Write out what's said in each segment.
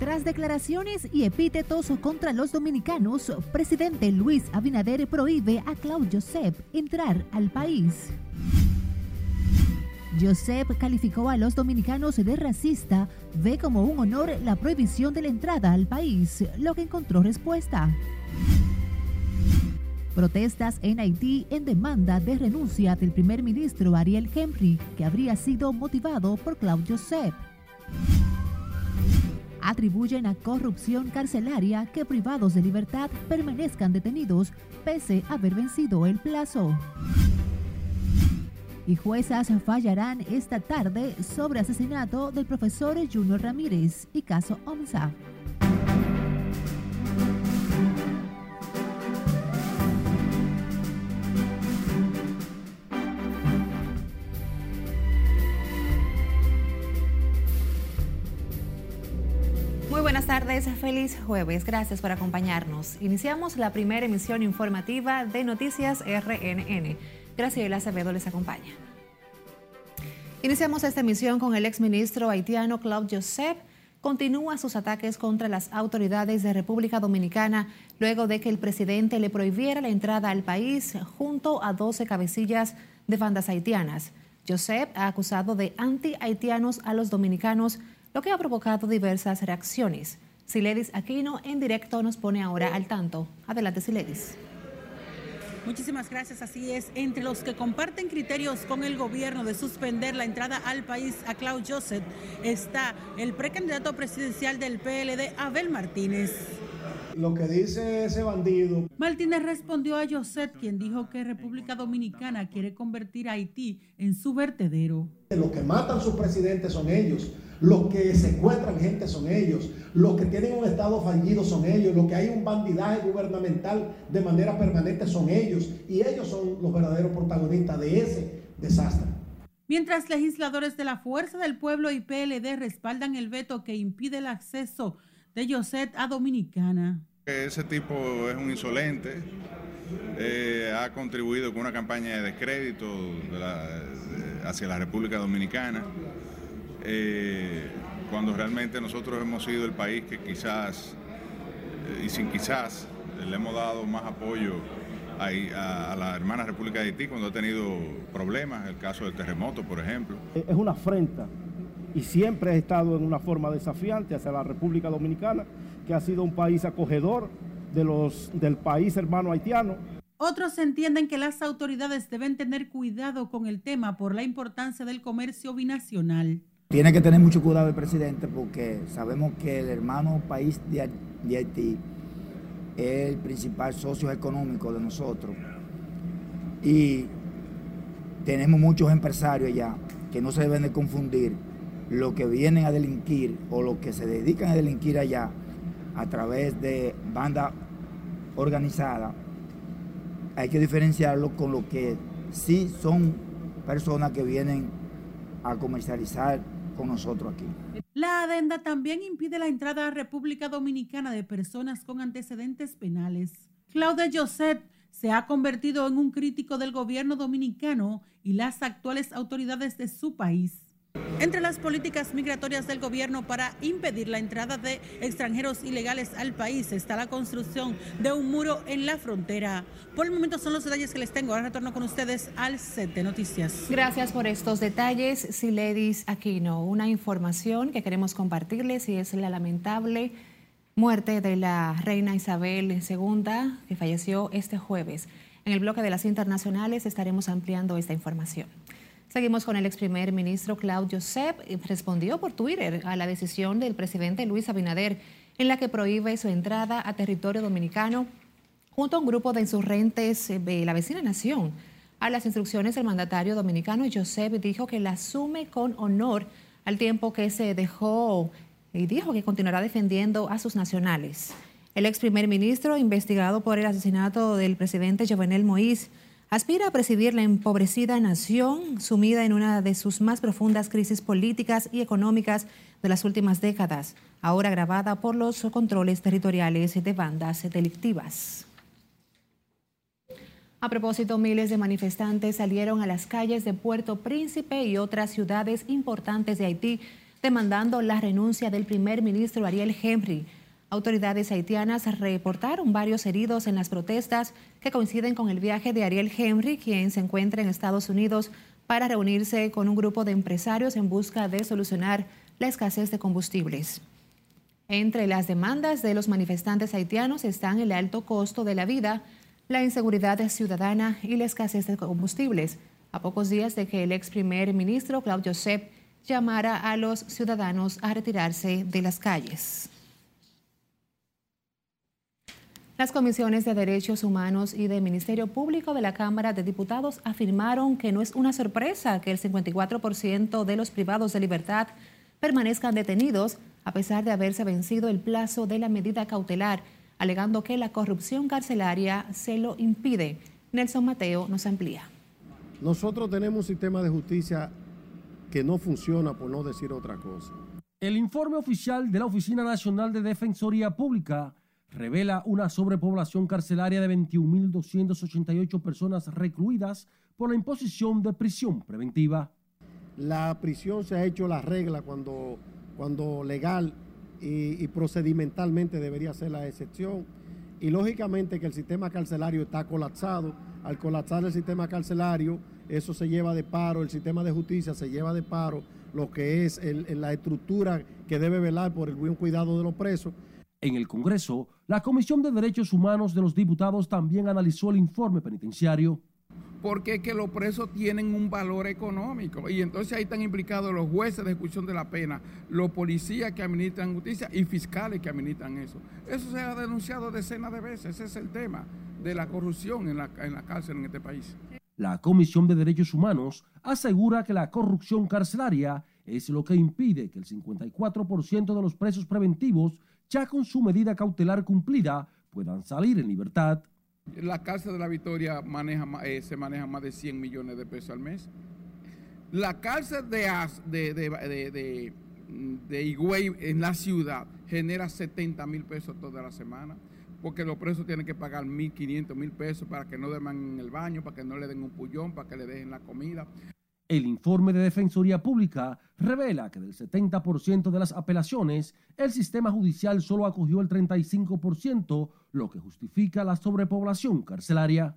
Tras declaraciones y epítetos contra los dominicanos, presidente Luis Abinader prohíbe a Claude Joseph entrar al país. Joseph calificó a los dominicanos de racista, ve como un honor la prohibición de la entrada al país, lo que encontró respuesta. Protestas en Haití en demanda de renuncia del primer ministro Ariel Henry, que habría sido motivado por Claude Joseph. Atribuyen a corrupción carcelaria que privados de libertad permanezcan detenidos pese a haber vencido el plazo. Y juezas fallarán esta tarde sobre asesinato del profesor Junior Ramírez y caso OMSA. Muy buenas tardes, feliz jueves, gracias por acompañarnos. Iniciamos la primera emisión informativa de Noticias RNN. Graciela Acevedo les acompaña. Iniciamos esta emisión con el exministro haitiano Claude Joseph. Continúa sus ataques contra las autoridades de República Dominicana luego de que el presidente le prohibiera la entrada al país junto a 12 cabecillas de bandas haitianas. Joseph ha acusado de anti-haitianos a los dominicanos, lo que ha provocado diversas reacciones. Siledis Aquino en directo nos pone ahora al tanto. Adelante, Siledis. Muchísimas gracias, así es. Entre los que comparten criterios con el gobierno de suspender la entrada al país a Claude Joseph está el precandidato presidencial del PLD, Abel Martínez. Lo que dice ese bandido. Martínez respondió a Joseph, quien dijo que República Dominicana quiere convertir a Haití en su vertedero. Los que matan sus presidentes son ellos, los que secuestran gente son ellos, los que tienen un estado fallido son ellos, los que hay un bandidaje gubernamental de manera permanente son ellos, y ellos son los verdaderos protagonistas de ese desastre. Mientras legisladores de la Fuerza del Pueblo y PLD respaldan el veto que impide el acceso de Joseph a Dominicana. Ese tipo es un insolente, ha contribuido con una campaña de descrédito hacia la República Dominicana, cuando realmente nosotros hemos sido el país que quizás, y sin quizás, le hemos dado más apoyo a la hermana República de Haití cuando ha tenido problemas, el caso del terremoto, por ejemplo. Es una afrenta y siempre ha estado en una forma desafiante hacia la República Dominicana, que ha sido un país acogedor del país hermano haitiano. Otros entienden que las autoridades deben tener cuidado con el tema por la importancia del comercio binacional. Tiene que tener mucho cuidado el presidente porque sabemos que el hermano país de Haití es el principal socio económico de nosotros y tenemos muchos empresarios allá que no se deben de confundir lo que vienen a delinquir o lo que se dedican a delinquir allá a través de banda organizada. Hay que diferenciarlo con lo que sí son personas que vienen a comercializar con nosotros aquí. La adenda también impide la entrada a República Dominicana de personas con antecedentes penales. Claude Joseph se ha convertido en un crítico del gobierno dominicano y las actuales autoridades de su país. Entre las políticas migratorias del gobierno para impedir la entrada de extranjeros ilegales al país está la construcción de un muro en la frontera. Por el momento son los detalles que les tengo. Ahora retorno con ustedes al set de noticias. Gracias por estos detalles, Siledis Aquino. Una información que queremos compartirles y es la lamentable muerte de la reina Isabel II, que falleció este jueves. En el bloque de las internacionales estaremos ampliando esta información. Seguimos con el ex primer ministro Claude Joseph. Respondió por Twitter a la decisión del presidente Luis Abinader en la que prohíbe su entrada a territorio dominicano junto a un grupo de insurgentes de la vecina nación. A las instrucciones del mandatario dominicano, Joseph dijo que la asume con honor al tiempo que se dejó y dijo que continuará defendiendo a sus nacionales. El ex primer ministro, investigado por el asesinato del presidente Jovenel Moïse, aspira a presidir la empobrecida nación sumida en una de sus más profundas crisis políticas y económicas de las últimas décadas, ahora agravada por los controles territoriales de bandas delictivas. A propósito, miles de manifestantes salieron a las calles de Puerto Príncipe y otras ciudades importantes de Haití demandando la renuncia del primer ministro Ariel Henry. Autoridades haitianas reportaron varios heridos en las protestas que coinciden con el viaje de Ariel Henry, quien se encuentra en Estados Unidos para reunirse con un grupo de empresarios en busca de solucionar la escasez de combustibles. Entre las demandas de los manifestantes haitianos están el alto costo de la vida, la inseguridad ciudadana y la escasez de combustibles, a pocos días de que el ex primer ministro Claude Joseph llamara a los ciudadanos a retirarse de las calles. Las comisiones de Derechos Humanos y de Ministerio Público de la Cámara de Diputados afirmaron que no es una sorpresa que el 54% de los privados de libertad permanezcan detenidos a pesar de haberse vencido el plazo de la medida cautelar, alegando que la corrupción carcelaria se lo impide. Nelson Mateo nos amplía. Nosotros tenemos un sistema de justicia que no funciona, por no decir otra cosa. El informe oficial de la Oficina Nacional de Defensoría Pública revela una sobrepoblación carcelaria de 21.288 personas recluidas por la imposición de prisión preventiva. La prisión se ha hecho la regla cuando legal y procedimentalmente debería ser la excepción. Y lógicamente que el sistema carcelario está colapsado. Al colapsar el sistema carcelario, eso se lleva de paro, el sistema de justicia se lleva de paro lo que es la estructura que debe velar por el buen cuidado de los presos. En el Congreso, la Comisión de Derechos Humanos de los Diputados también analizó el informe penitenciario. Porque es que los presos tienen un valor económico y entonces ahí están implicados los jueces de ejecución de la pena, los policías que administran justicia y fiscales que administran eso. Eso se ha denunciado decenas de veces, ese es el tema de la corrupción en la cárcel en este país. La Comisión de Derechos Humanos asegura que la corrupción carcelaria es lo que impide que el 54% de los presos preventivos, ya con su medida cautelar cumplida, puedan salir en libertad. La cárcel de La Victoria se maneja más de 100 millones de pesos al mes. La cárcel de Higüey en la ciudad genera 70,000 pesos toda la semana, porque los presos tienen que pagar 1.500, 1.000 pesos para que no duerman en el baño, para que no le den un pullón, para que le dejen la comida. El informe de Defensoría Pública revela que del 70% de las apelaciones, el sistema judicial solo acogió el 35%, lo que justifica la sobrepoblación carcelaria.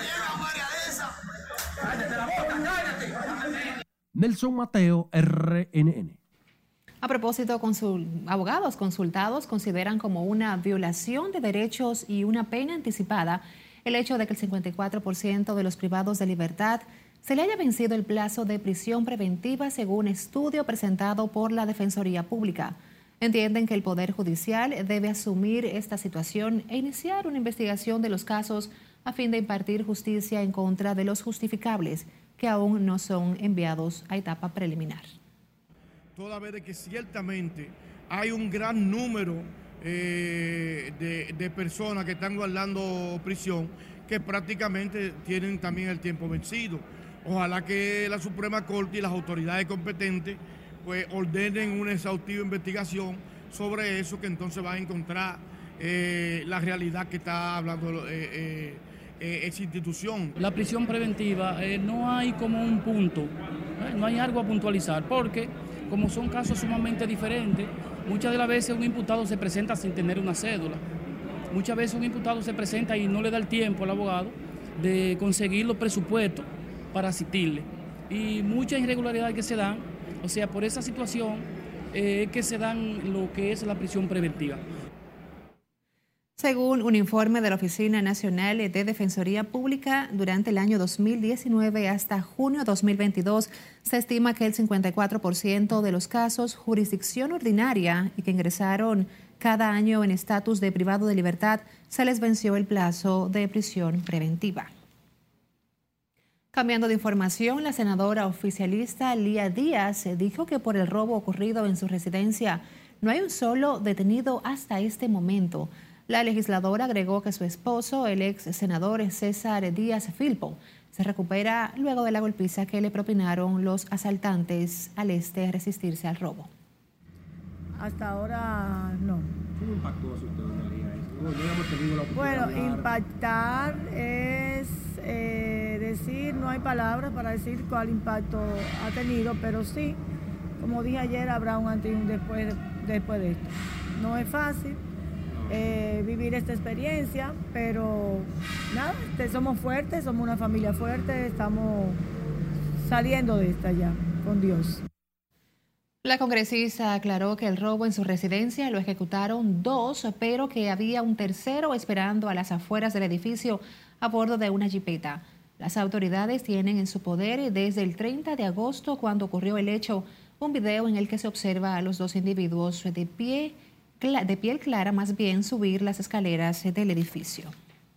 Nelson Mateo, RNN. A propósito, abogados consultados consideran como una violación de derechos y una pena anticipada el hecho de que el 54% de los privados de libertad se le haya vencido el plazo de prisión preventiva según estudio presentado por la Defensoría Pública. Entienden que el Poder Judicial debe asumir esta situación e iniciar una investigación de los casos a fin de impartir justicia en contra de los justificables que aún no son enviados a etapa preliminar. Toda vez de que ciertamente hay un gran número de personas que están guardando prisión que prácticamente tienen también el tiempo vencido. Ojalá que la Suprema Corte y las autoridades competentes pues ordenen una exhaustiva investigación sobre eso, que entonces va a encontrar la realidad que está hablando esa institución. La prisión preventiva no hay como un punto, no hay algo a puntualizar, porque como son casos sumamente diferentes, muchas de las veces un imputado se presenta sin tener una cédula. Muchas veces un imputado se presenta y no le da el tiempo al abogado de conseguir los presupuestos para asistirle. Y muchas irregularidades que se dan, o sea, por esa situación que se dan lo que es la prisión preventiva. Según un informe de la Oficina Nacional de Defensoría Pública, durante el año 2019 hasta junio de 2022, se estima que el 54% de los casos jurisdicción ordinaria y que ingresaron cada año en estatus de privado de libertad, se les venció el plazo de prisión preventiva. Cambiando de información, la senadora oficialista Lía Díaz dijo que por el robo ocurrido en su residencia no hay un solo detenido hasta este momento. La legisladora agregó que su esposo, el ex senador César Díaz Filpo, se recupera luego de la golpiza que le propinaron los asaltantes al resistirse al robo. Hasta ahora no. ¿Cómo impactó a usted, Lía? Bueno, impactar es decir, no hay palabras para decir cuál impacto ha tenido, pero sí como dije ayer, habrá un antes y un después de esto. No es fácil vivir esta experiencia, pero nada, somos fuertes, somos una familia fuerte, estamos saliendo de esta ya, con Dios. La congresista aclaró que el robo en su residencia lo ejecutaron 2, pero que había un tercero esperando a las afueras del edificio a bordo de una jipeta. Las autoridades tienen en su poder desde el 30 de agosto, cuando ocurrió el hecho, un video en el que se observa a los 2 individuos de piel clara, más bien, subir las escaleras del edificio.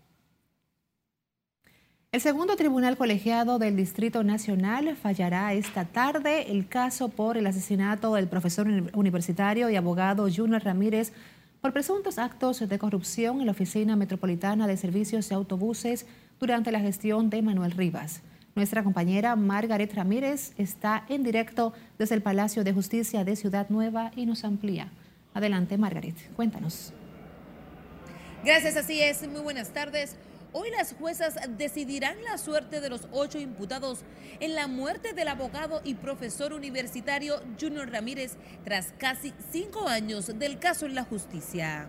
El segundo tribunal colegiado del Distrito Nacional fallará esta tarde el caso por el asesinato del profesor universitario y abogado Junior Ramírez por presuntos actos de corrupción en la Oficina Metropolitana de Servicios de Autobuses durante la gestión de Manuel Rivas. Nuestra compañera Margaret Ramírez está en directo desde el Palacio de Justicia de Ciudad Nueva y nos amplía. Adelante, Margaret, cuéntanos. Gracias, así es. Muy buenas tardes. Hoy las juezas decidirán la suerte de los 8 imputados en la muerte del abogado y profesor universitario Junior Ramírez tras casi 5 años del caso en la justicia.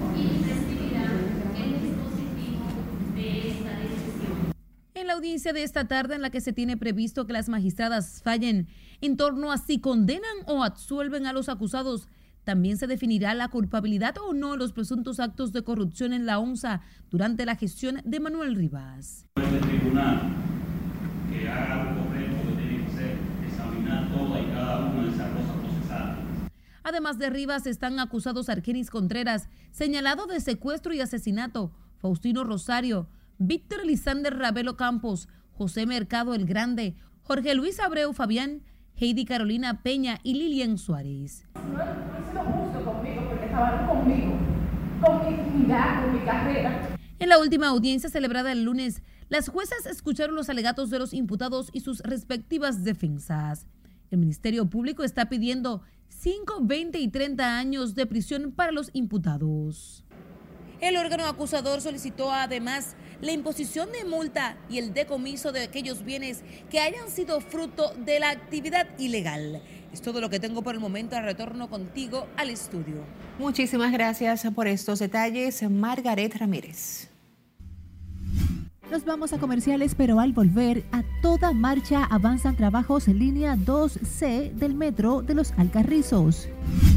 En la audiencia de esta tarde, en la que se tiene previsto que las magistradas fallen en torno a si condenan o absuelven a los acusados, también se definirá la culpabilidad o no de los presuntos actos de corrupción en la ONSA durante la gestión de Manuel Rivas. El tribunal que haga lo correcto que tiene que hacer, examinar toda y cada una de esas cosas procesales. Además de Rivas, están acusados Argenis Contreras, señalado de secuestro y asesinato, Faustino Rosario, Víctor Elisander Ravelo Campos, José Mercado el Grande, Jorge Luis Abreu Fabián, Heidi Carolina Peña y Lilian Suárez. No ha sido justo conmigo porque estaban conmigo, con mi dignidad, con mi carrera. En la última audiencia celebrada el lunes, las juezas escucharon los alegatos de los imputados y sus respectivas defensas. El Ministerio Público está pidiendo 5, 20 y 30 años de prisión para los imputados. El órgano acusador solicitó además la imposición de multa y el decomiso de aquellos bienes que hayan sido fruto de la actividad ilegal. Es todo lo que tengo por el momento. Retorno contigo al estudio. Muchísimas gracias por estos detalles, Margaret Ramírez. Nos vamos a comerciales, pero al volver, a toda marcha avanzan trabajos en línea 2C del metro de Los Alcarrizos.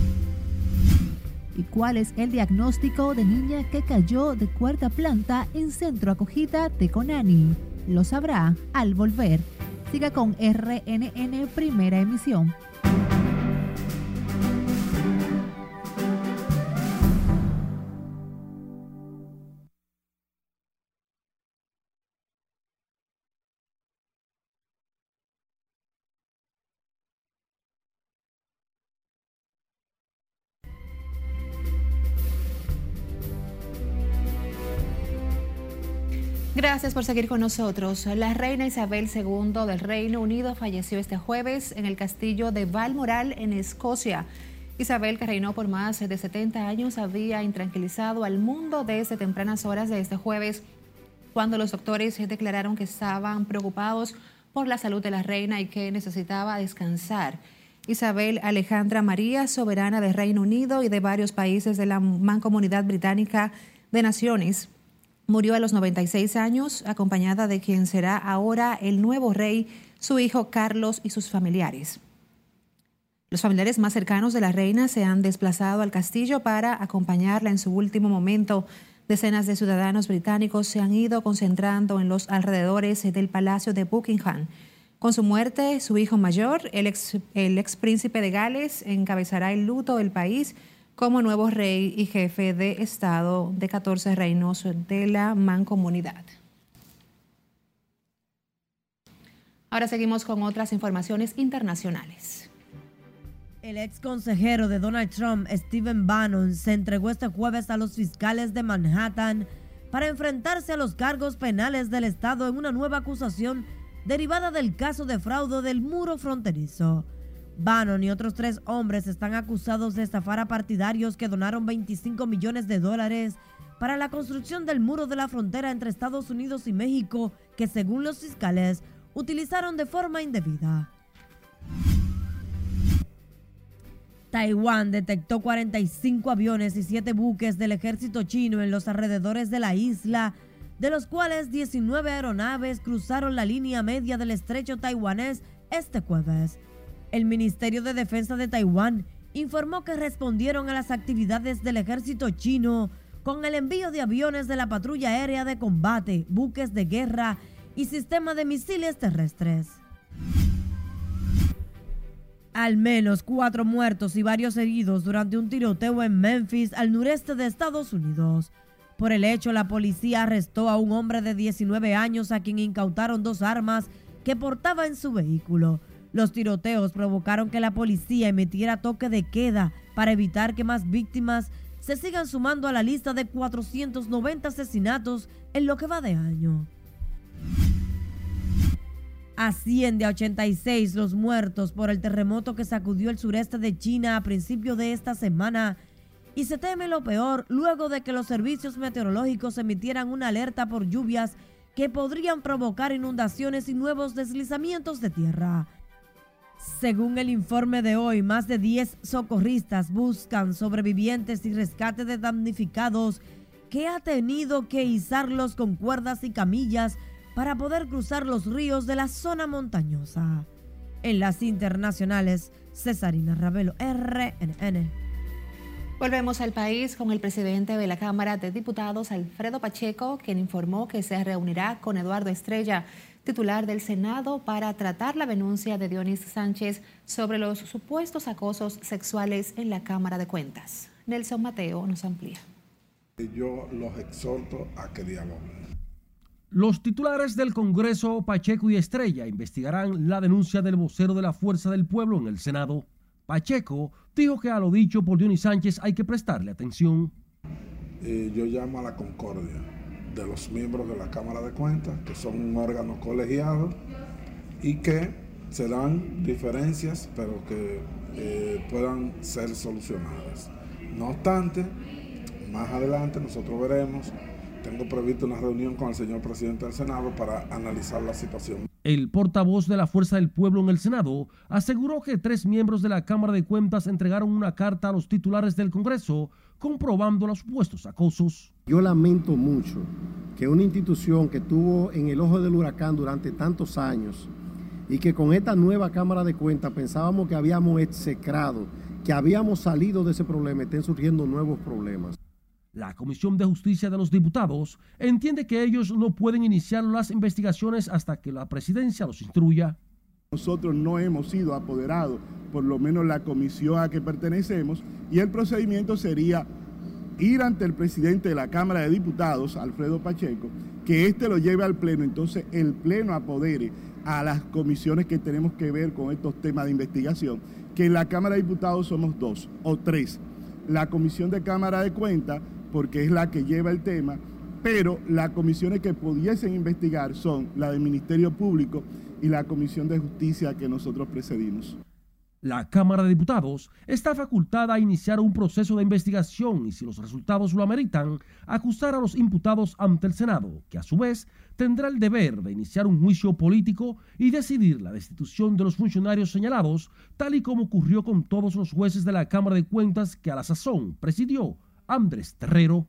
¿Y cuál es el diagnóstico de niña que cayó de 4ª planta en centro acogida de Conani? Lo sabrá al volver. Siga con RNN Primera Emisión. Gracias por seguir con nosotros. La reina Isabel II del Reino Unido falleció este jueves en el castillo de Balmoral, en Escocia. Isabel, que reinó por más de 70 años, había intranquilizado al mundo desde tempranas horas de este jueves, cuando los doctores declararon que estaban preocupados por la salud de la reina y que necesitaba descansar. Isabel Alejandra María, soberana del Reino Unido y de varios países de la Mancomunidad Británica de Naciones, murió a los 96 años, acompañada de quien será ahora el nuevo rey, su hijo Carlos y sus familiares. Los familiares más cercanos de la reina se han desplazado al castillo para acompañarla en su último momento. Decenas de ciudadanos británicos se han ido concentrando en los alrededores del Palacio de Buckingham. Con su muerte, su hijo mayor, el ex príncipe de Gales, encabezará el luto del país como nuevo rey y jefe de Estado de 14 reinos de la Mancomunidad. Ahora seguimos con otras informaciones internacionales. El ex consejero de Donald Trump, Stephen Bannon, se entregó este jueves a los fiscales de Manhattan para enfrentarse a los cargos penales del Estado en una nueva acusación derivada del caso de fraude del muro fronterizo. Bannon y otros 3 hombres están acusados de estafar a partidarios que donaron $25 millones para la construcción del muro de la frontera entre Estados Unidos y México, que según los fiscales utilizaron de forma indebida. Taiwán detectó 45 aviones y 7 buques del ejército chino en los alrededores de la isla, de los cuales 19 aeronaves cruzaron la línea media del estrecho taiwanés este jueves. El Ministerio de Defensa de Taiwán informó que respondieron a las actividades del ejército chino con el envío de aviones de la patrulla aérea de combate, buques de guerra y sistema de misiles terrestres. Al menos 4 muertos y varios heridos durante un tiroteo en Memphis, al noreste de Estados Unidos. Por el hecho, la policía arrestó a un hombre de 19 años a quien incautaron 2 armas que portaba en su vehículo. Los tiroteos provocaron que la policía emitiera toque de queda para evitar que más víctimas se sigan sumando a la lista de 490 asesinatos en lo que va de año. Asciende a 86 los muertos por el terremoto que sacudió el sureste de China a principios de esta semana y se teme lo peor luego de que los servicios meteorológicos emitieran una alerta por lluvias que podrían provocar inundaciones y nuevos deslizamientos de tierra. Según el informe de hoy, más de 10 socorristas buscan sobrevivientes y rescate de damnificados que ha tenido que izarlos con cuerdas y camillas para poder cruzar los ríos de la zona montañosa. En las internacionales, Cesarina Ravelo, RNN. Volvemos al país con el presidente de la Cámara de Diputados, Alfredo Pacheco, quien informó que se reunirá con Eduardo Estrella, titular del Senado, para tratar la denuncia de Dionis Sánchez sobre los supuestos acosos sexuales en la Cámara de Cuentas. Nelson Mateo nos amplía. Yo los exhorto a que dialoguen. Los titulares del Congreso, Pacheco y Estrella, investigarán la denuncia del vocero de la Fuerza del Pueblo en el Senado. Pacheco dijo que a lo dicho por Dionis Sánchez hay que prestarle atención. Yo llamo a la concordia de los miembros de la Cámara de Cuentas, que son un órgano colegiado y que se dan diferencias, pero que puedan ser solucionadas. No obstante, más adelante nosotros veremos. Tengo previsto una reunión con el señor presidente del Senado para analizar la situación. El portavoz de la Fuerza del Pueblo en el Senado aseguró que 3 miembros de la Cámara de Cuentas entregaron una carta a los titulares del Congreso comprobando los supuestos acosos. Yo lamento mucho que una institución que estuvo en el ojo del huracán durante tantos años y que con esta nueva Cámara de Cuentas pensábamos que habíamos execrado, que habíamos salido de ese problema, estén surgiendo nuevos problemas. La Comisión de Justicia de los Diputados entiende que ellos no pueden iniciar las investigaciones hasta que la presidencia los instruya. Nosotros no hemos sido apoderados, por lo menos la comisión a que pertenecemos, y el procedimiento sería ir ante el presidente de la Cámara de Diputados, Alfredo Pacheco, que éste lo lleve al Pleno, entonces el Pleno apodere a las comisiones que tenemos que ver con estos temas de investigación, que en la Cámara de Diputados somos 2 o 3. La Comisión de Cámara de Cuentas, porque es la que lleva el tema, pero las comisiones que pudiesen investigar son la del Ministerio Público y la Comisión de Justicia que nosotros precedimos. La Cámara de Diputados está facultada a iniciar un proceso de investigación y, si los resultados lo ameritan, acusar a los imputados ante el Senado, que a su vez tendrá el deber de iniciar un juicio político y decidir la destitución de los funcionarios señalados, tal y como ocurrió con todos los jueces de la Cámara de Cuentas que a la sazón presidió Andrés Terrero.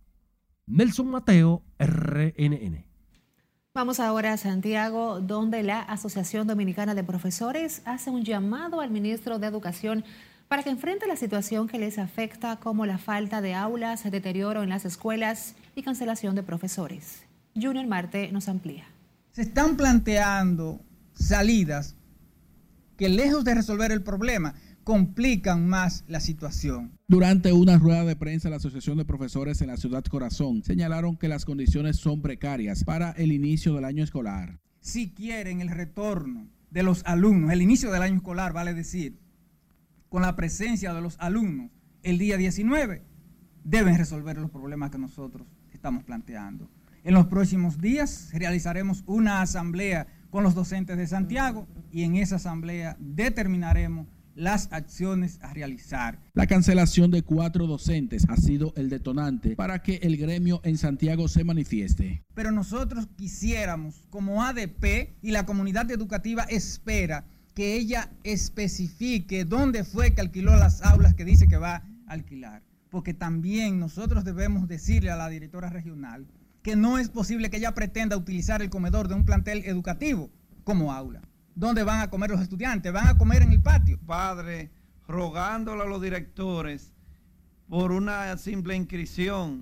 Nelson Mateo, RNN. Vamos ahora a Santiago, donde la Asociación Dominicana de Profesores hace un llamado al ministro de Educación para que enfrente la situación que les afecta, como la falta de aulas, deterioro en las escuelas y cancelación de profesores. Junior Marte nos amplía. Se están planteando salidas que, lejos de resolver el problema, complican más la situación. Durante una rueda de prensa, la Asociación de Profesores en la Ciudad Corazón señalaron que las condiciones son precarias para el inicio del año escolar. Si quieren el retorno de los alumnos, el inicio del año escolar, vale decir, con la presencia de los alumnos el día 19, deben resolver los problemas que nosotros estamos planteando. En los próximos días realizaremos una asamblea con los docentes de Santiago y en esa asamblea determinaremos las acciones a realizar. La cancelación de 4 docentes ha sido el detonante para que el gremio en Santiago se manifieste. Pero nosotros quisiéramos, como ADP y la comunidad educativa espera, que ella especifique dónde fue que alquiló las aulas que dice que va a alquilar. Porque también nosotros debemos decirle a la directora regional que no es posible que ella pretenda utilizar el comedor de un plantel educativo como aula. ¿Dónde van a comer los estudiantes? ¿Van a comer en el patio? Padre, rogándole a los directores por una simple inscripción,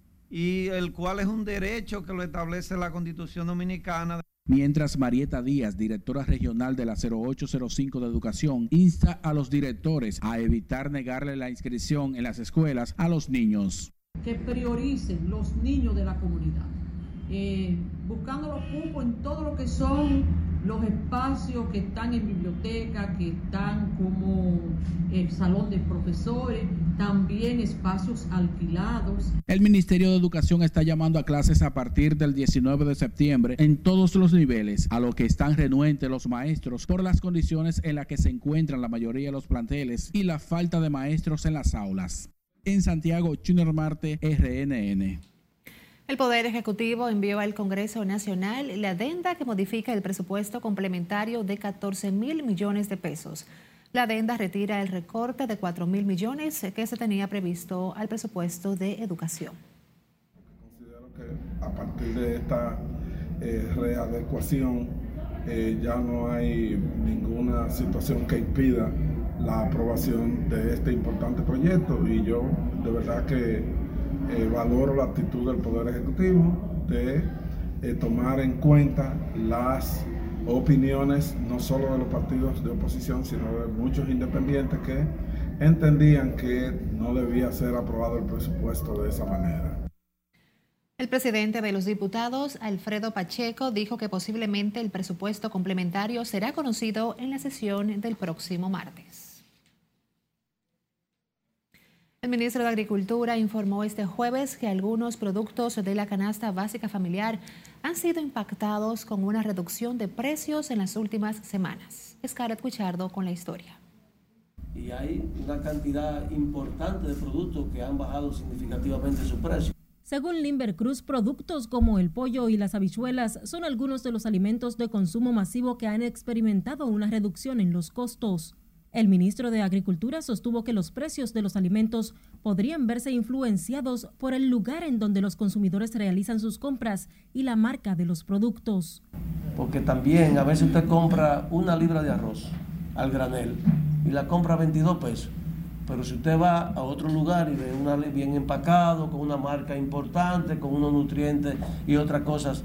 y el cual es un derecho que lo establece la Constitución Dominicana. Mientras Marieta Díaz, directora regional de la 0805 de Educación, insta a los directores a evitar negarle la inscripción en las escuelas a los niños. Que prioricen los niños de la comunidad, buscando los cupos en todo lo que son los espacios que están en biblioteca, que están como el salón de profesores, también espacios alquilados. El Ministerio de Educación está llamando a clases a partir del 19 de septiembre en todos los niveles, a lo que están renuentes los maestros por las condiciones en las que se encuentran la mayoría de los planteles y la falta de maestros en las aulas. En Santiago, Junior Marte, RNN. El Poder Ejecutivo envió al Congreso Nacional la adenda que modifica el presupuesto complementario de 14.000 millones de pesos. La adenda retira el recorte de 4.000 millones que se tenía previsto al presupuesto de educación. Considero que a partir de esta readecuación ya no hay ninguna situación que impida la aprobación de este importante proyecto, y yo de verdad que valoro la actitud del Poder Ejecutivo de tomar en cuenta las opiniones no solo de los partidos de oposición, sino de muchos independientes que entendían que no debía ser aprobado el presupuesto de esa manera. El presidente de los diputados, Alfredo Pacheco, dijo que posiblemente el presupuesto complementario será conocido en la sesión del próximo martes. El ministro de Agricultura informó este jueves que algunos productos de la canasta básica familiar han sido impactados con una reducción de precios en las últimas semanas. Scarlett Guichardo con la historia. Y hay una cantidad importante de productos que han bajado significativamente su precio. Según Limber Cruz, productos como el pollo y las habichuelas son algunos de los alimentos de consumo masivo que han experimentado una reducción en los costos. El ministro de Agricultura sostuvo que los precios de los alimentos podrían verse influenciados por el lugar en donde los consumidores realizan sus compras y la marca de los productos. Porque también a veces usted compra una libra de arroz al granel y la compra a 22 pesos. Pero si usted va a otro lugar y ve una bien empacado, con una marca importante, con unos nutrientes y otras cosas,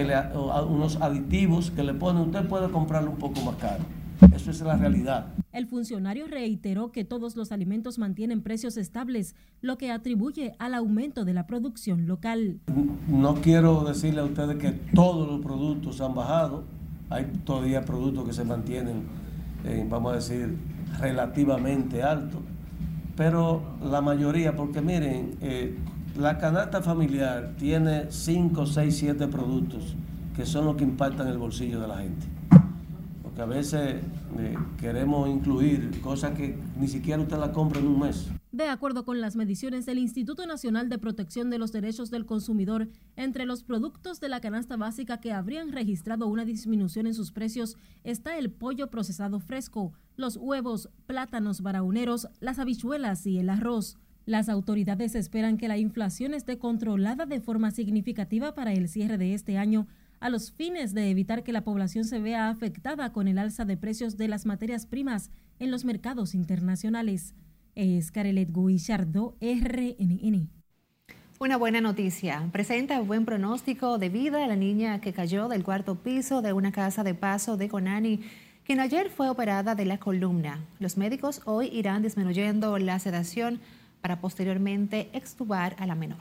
unos aditivos que le ponen, usted puede comprarlo un poco más caro. Eso es la realidad. El funcionario reiteró que todos los alimentos mantienen precios estables, lo que atribuye al aumento de la producción local. No quiero decirle a ustedes que todos los productos han bajado. Hay todavía productos que se mantienen, vamos a decir, relativamente altos. Pero la mayoría, porque miren, la canasta familiar tiene 5, 6, 7 productos que son los que impactan el bolsillo de la gente. Que a veces queremos incluir cosas que ni siquiera usted la compra en un mes. De acuerdo con las mediciones del Instituto Nacional de Protección de los Derechos del Consumidor, entre los productos de la canasta básica que habrían registrado una disminución en sus precios está el pollo procesado fresco, los huevos, plátanos barauneros, las habichuelas y el arroz. Las autoridades esperan que la inflación esté controlada de forma significativa para el cierre de este año, a los fines de evitar que la población se vea afectada con el alza de precios de las materias primas en los mercados internacionales. Scarlett Guichardo, RNN. Una buena noticia. Presenta buen pronóstico de vida a la niña que cayó del 4º piso de una casa de paso de Conani, quien ayer fue operada de la columna. Los médicos hoy irán disminuyendo la sedación para posteriormente extubar a la menor.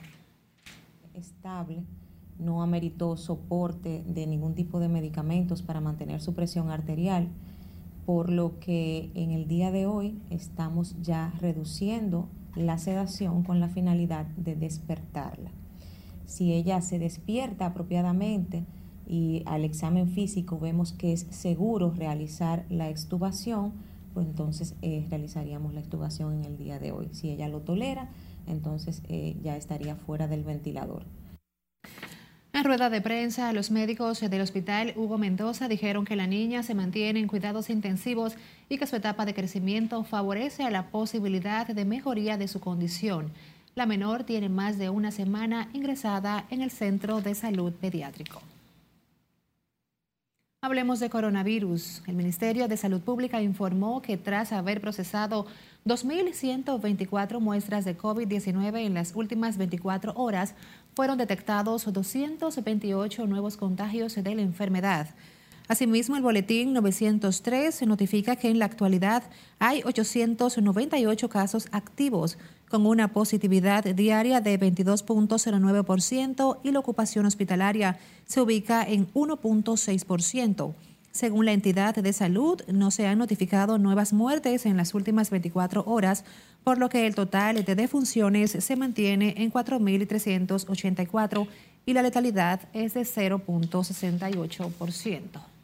Estable. No ameritó soporte de ningún tipo de medicamentos para mantener su presión arterial, por lo que en el día de hoy estamos ya reduciendo la sedación con la finalidad de despertarla. Si ella se despierta apropiadamente y al examen físico vemos que es seguro realizar la extubación, pues entonces realizaríamos la extubación en el día de hoy. Si ella lo tolera, entonces ya estaría fuera del ventilador. rueda de prensa, los médicos del Hospital Hugo Mendoza dijeron que la niña se mantiene en cuidados intensivos y que su etapa de crecimiento favorece a la posibilidad de mejoría de su condición. La menor tiene más de una semana ingresada en el Centro de Salud Pediátrico. Hablemos de coronavirus. El Ministerio de Salud Pública informó que tras haber procesado 2.124 muestras de COVID-19 en las últimas 24 horas, fueron detectados 228 nuevos contagios de la enfermedad. Asimismo, el boletín 903 notifica que en la actualidad hay 898 casos activos, con una positividad diaria de 22.09% y la ocupación hospitalaria se ubica en 1.6%. Según la entidad de salud, no se han notificado nuevas muertes en las últimas 24 horas, por lo que el total de defunciones se mantiene en 4.384 y la letalidad es de 0.68%.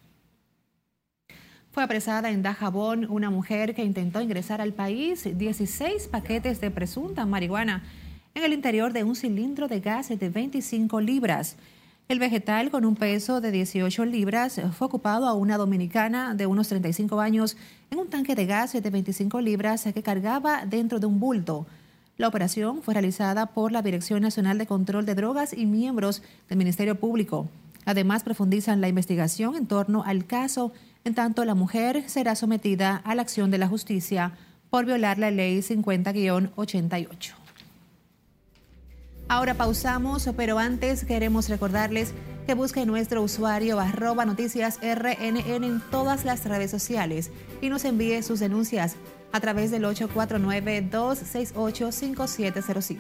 Fue apresada en Dajabón una mujer que intentó ingresar al país 16 paquetes de presunta marihuana en el interior de un cilindro de gas de 25 libras. El vegetal, con un peso de 18 libras, fue ocupado a una dominicana de unos 35 años en un tanque de gas de 25 libras que cargaba dentro de un bulto. La operación fue realizada por la Dirección Nacional de Control de Drogas y miembros del Ministerio Público. Además, profundizan la investigación en torno al caso. En tanto, la mujer será sometida a la acción de la justicia por violar la ley 50-88. Ahora pausamos, pero antes queremos recordarles que busquen nuestro usuario @noticiasrnn en todas las redes sociales y nos envíe sus denuncias a través del 849-268-5705.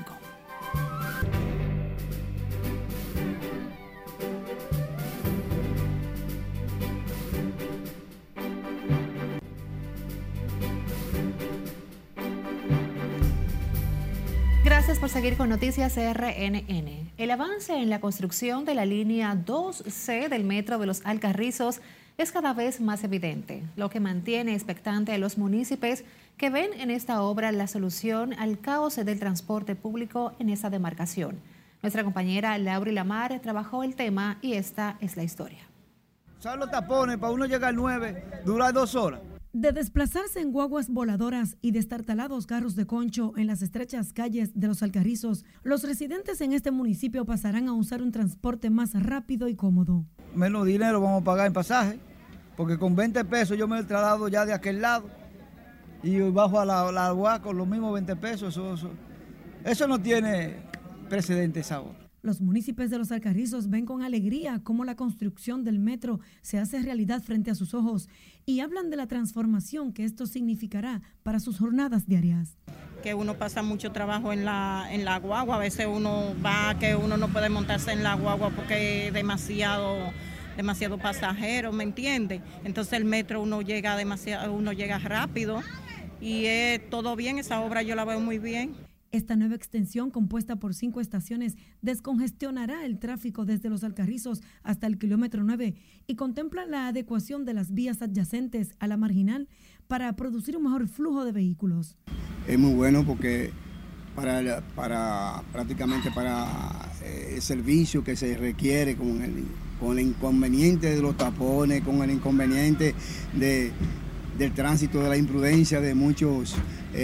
Gracias por seguir con Noticias RNN. El avance en la construcción de la línea 2C del Metro de los Alcarrizos es cada vez más evidente, lo que mantiene expectante a los municipios que ven en esta obra la solución al caos del transporte público en esa demarcación. Nuestra compañera Lauri Lamar trabajó el tema y esta es la historia. ¿Sabes los tapones? Para uno llegar al 9, dura 2 horas. De desplazarse en guaguas voladoras y destartalados carros de concho en las estrechas calles de los Alcarrizos, los residentes en este municipio pasarán a usar un transporte más rápido y cómodo. Menos dinero vamos a pagar en pasaje, porque con 20 pesos yo me he trasladado ya de aquel lado y bajo a la agua con los mismos 20 pesos. Eso no tiene precedentes ahora. Los municipios de los Alcarrizos ven con alegría cómo la construcción del metro se hace realidad frente a sus ojos y hablan de la transformación que esto significará para sus jornadas diarias. Que uno pasa mucho trabajo en la guagua, a veces uno va que uno no puede montarse en la guagua porque es demasiado pasajero, ¿me entiende? Entonces el metro uno llega rápido y todo bien, esa obra yo la veo muy bien. Esta nueva extensión, compuesta por 5 estaciones, descongestionará el tráfico desde los Alcarrizos hasta el kilómetro 9 y contempla la adecuación de las vías adyacentes a la marginal para producir un mejor flujo de vehículos. Es muy bueno porque prácticamente para el servicio que se requiere con el inconveniente de los tapones, con el inconveniente del tránsito, de la imprudencia de muchos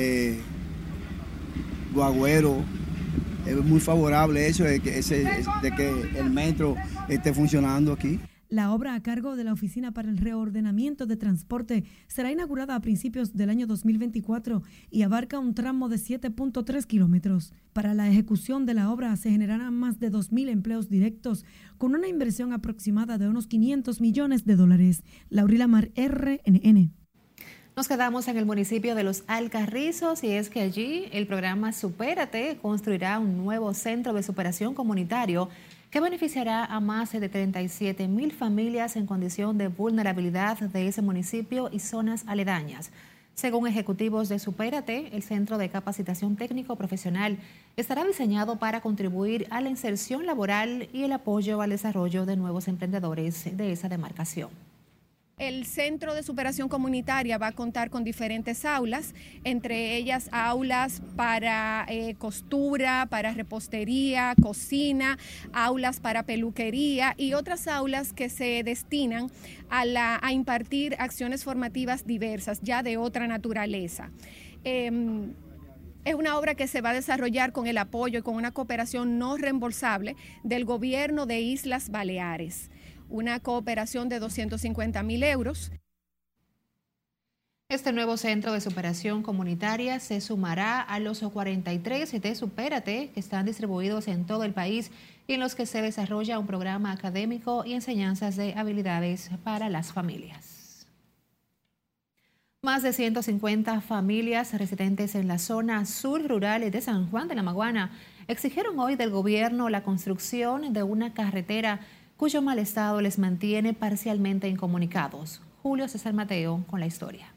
guagüero, es muy favorable eso de que el metro esté funcionando aquí. La obra a cargo de la Oficina para el Reordenamiento de Transporte será inaugurada a principios del año 2024 y abarca un tramo de 7.3 kilómetros. Para la ejecución de la obra se generarán más de 2.000 empleos directos con una inversión aproximada de unos $500 millones. Lauri Lamar, RNN. Nos quedamos en el municipio de Los Alcarrizos y es que allí el programa Supérate construirá un nuevo centro de superación comunitario que beneficiará a más de 37.000 familias en condición de vulnerabilidad de ese municipio y zonas aledañas. Según ejecutivos de Supérate, el Centro de Capacitación Técnico Profesional estará diseñado para contribuir a la inserción laboral y el apoyo al desarrollo de nuevos emprendedores de esa demarcación. El Centro de Superación Comunitaria va a contar con diferentes aulas, entre ellas aulas para costura, para repostería, cocina, aulas para peluquería y otras aulas que se destinan a impartir acciones formativas diversas, ya de otra naturaleza. Es una obra que se va a desarrollar con el apoyo y con una cooperación no reembolsable del gobierno de Islas Baleares. Una cooperación de 250.000 euros. Este nuevo centro de superación comunitaria se sumará a los 43 de Supérate que están distribuidos en todo el país y en los que se desarrolla un programa académico y enseñanzas de habilidades para las familias. Más de 150 familias residentes en la zona sur rural de San Juan de la Maguana exigieron hoy del gobierno la construcción de una carretera cuyo mal estado les mantiene parcialmente incomunicados. Julio César Mateo con la historia.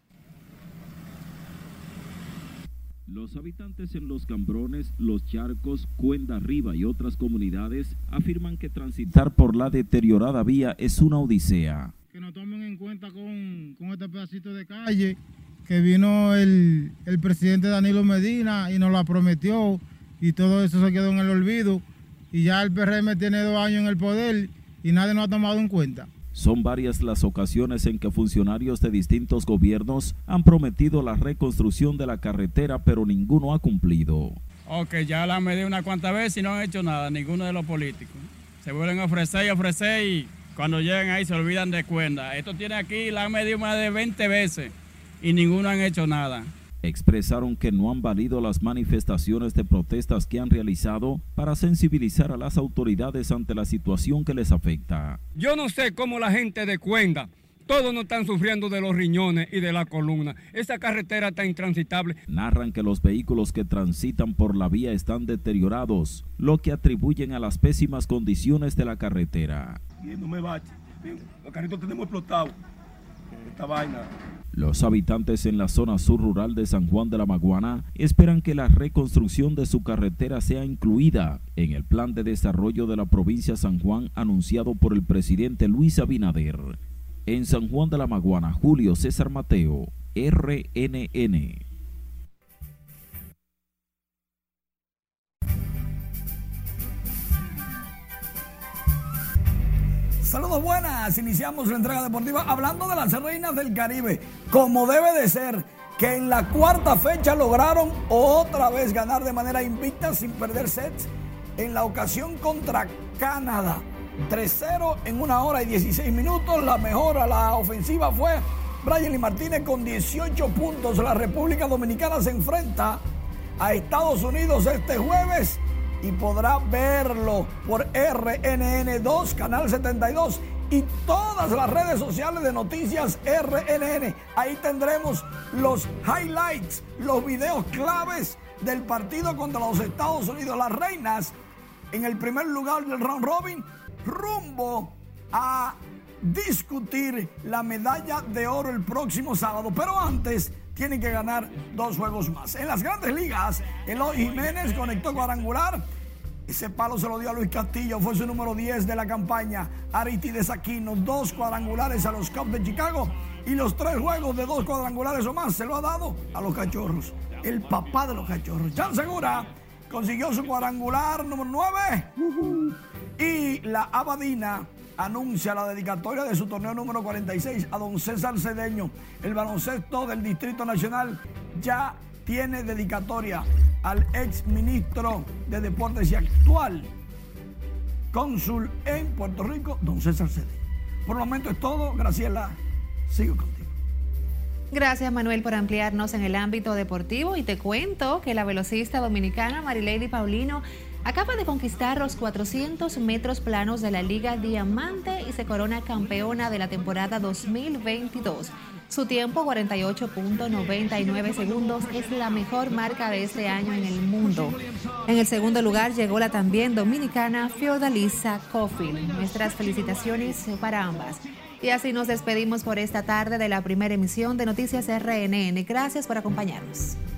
Los habitantes en Los Cambrones, Los Charcos, Cuenda Arriba y otras comunidades afirman que transitar por la deteriorada vía es una odisea. Que nos tomen en cuenta con este pedacito de calle que vino el presidente Danilo Medina y nos la prometió y todo eso se quedó en el olvido. Y ya el PRM tiene 2 años en el poder y nadie nos ha tomado en cuenta. Son varias las ocasiones en que funcionarios de distintos gobiernos han prometido la reconstrucción de la carretera, pero ninguno ha cumplido. Ok, ya la han medido unas cuantas veces y no han hecho nada, ninguno de los políticos. Se vuelven a ofrecer y cuando llegan ahí se olvidan de Cuenda. Esto tiene aquí, la han medido más de 20 veces y ninguno han hecho nada. Expresaron que no han valido las manifestaciones de protestas que han realizado para sensibilizar a las autoridades ante la situación que les afecta. Yo no sé cómo la gente de Cuenda, todos no están sufriendo de los riñones y de la columna. Esa carretera está intransitable. Narran que los vehículos que transitan por la vía están deteriorados, lo que atribuyen a las pésimas condiciones de la carretera. No me bache, los carritos tenemos explotados, esta vaina. Los habitantes en la zona sur rural de San Juan de la Maguana esperan que la reconstrucción de su carretera sea incluida en el plan de desarrollo de la provincia San Juan anunciado por el presidente Luis Abinader. En San Juan de la Maguana, Julio César Mateo, RNN. Saludos, buenas. Iniciamos la entrega deportiva hablando de las Reinas del Caribe, como debe de ser, que en la cuarta fecha lograron otra vez ganar de manera invicta sin perder sets en la ocasión contra Canadá. 3-0 en 1 hora y 16 minutos. La mejor a la ofensiva fue Brayely Martínez con 18 puntos. La República Dominicana se enfrenta a Estados Unidos este jueves y podrá verlo por RNN2, Canal 72 y todas las redes sociales de Noticias RNN. Ahí tendremos los highlights, los videos claves del partido contra los Estados Unidos. Las Reinas en el primer lugar del round robin, rumbo a discutir la medalla de oro el próximo sábado. Pero antes tienen que ganar 2 juegos más. En las Grandes Ligas, Eloy Jiménez conectó cuadrangular. Ese palo se lo dio a Luis Castillo, fue su número 10 de la campaña. Aristides Aquino, 2 cuadrangulares a los Cubs de Chicago. Y los 3 juegos de 2 cuadrangulares o más se lo ha dado a los Cachorros. El papá de los Cachorros. Jan Segura consiguió su cuadrangular número 9. Y la Abadina anuncia la dedicatoria de su torneo número 46 a don César Cedeño. El baloncesto del Distrito Nacional ya tiene dedicatoria al ex ministro de Deportes y actual cónsul en Puerto Rico, don César Cedeño. Por el momento es todo. Graciela, sigo contigo. Gracias, Manuel, por ampliarnos en el ámbito deportivo. Y te cuento que la velocista dominicana Marilady Paulino acaba de conquistar los 400 metros planos de la Liga Diamante y se corona campeona de la temporada 2022. Su tiempo, 48.99 segundos, es la mejor marca de este año en el mundo. En el segundo lugar llegó la también dominicana Fiordalisa Cofield. Nuestras felicitaciones para ambas. Y así nos despedimos por esta tarde de la primera emisión de Noticias RNN. Gracias por acompañarnos.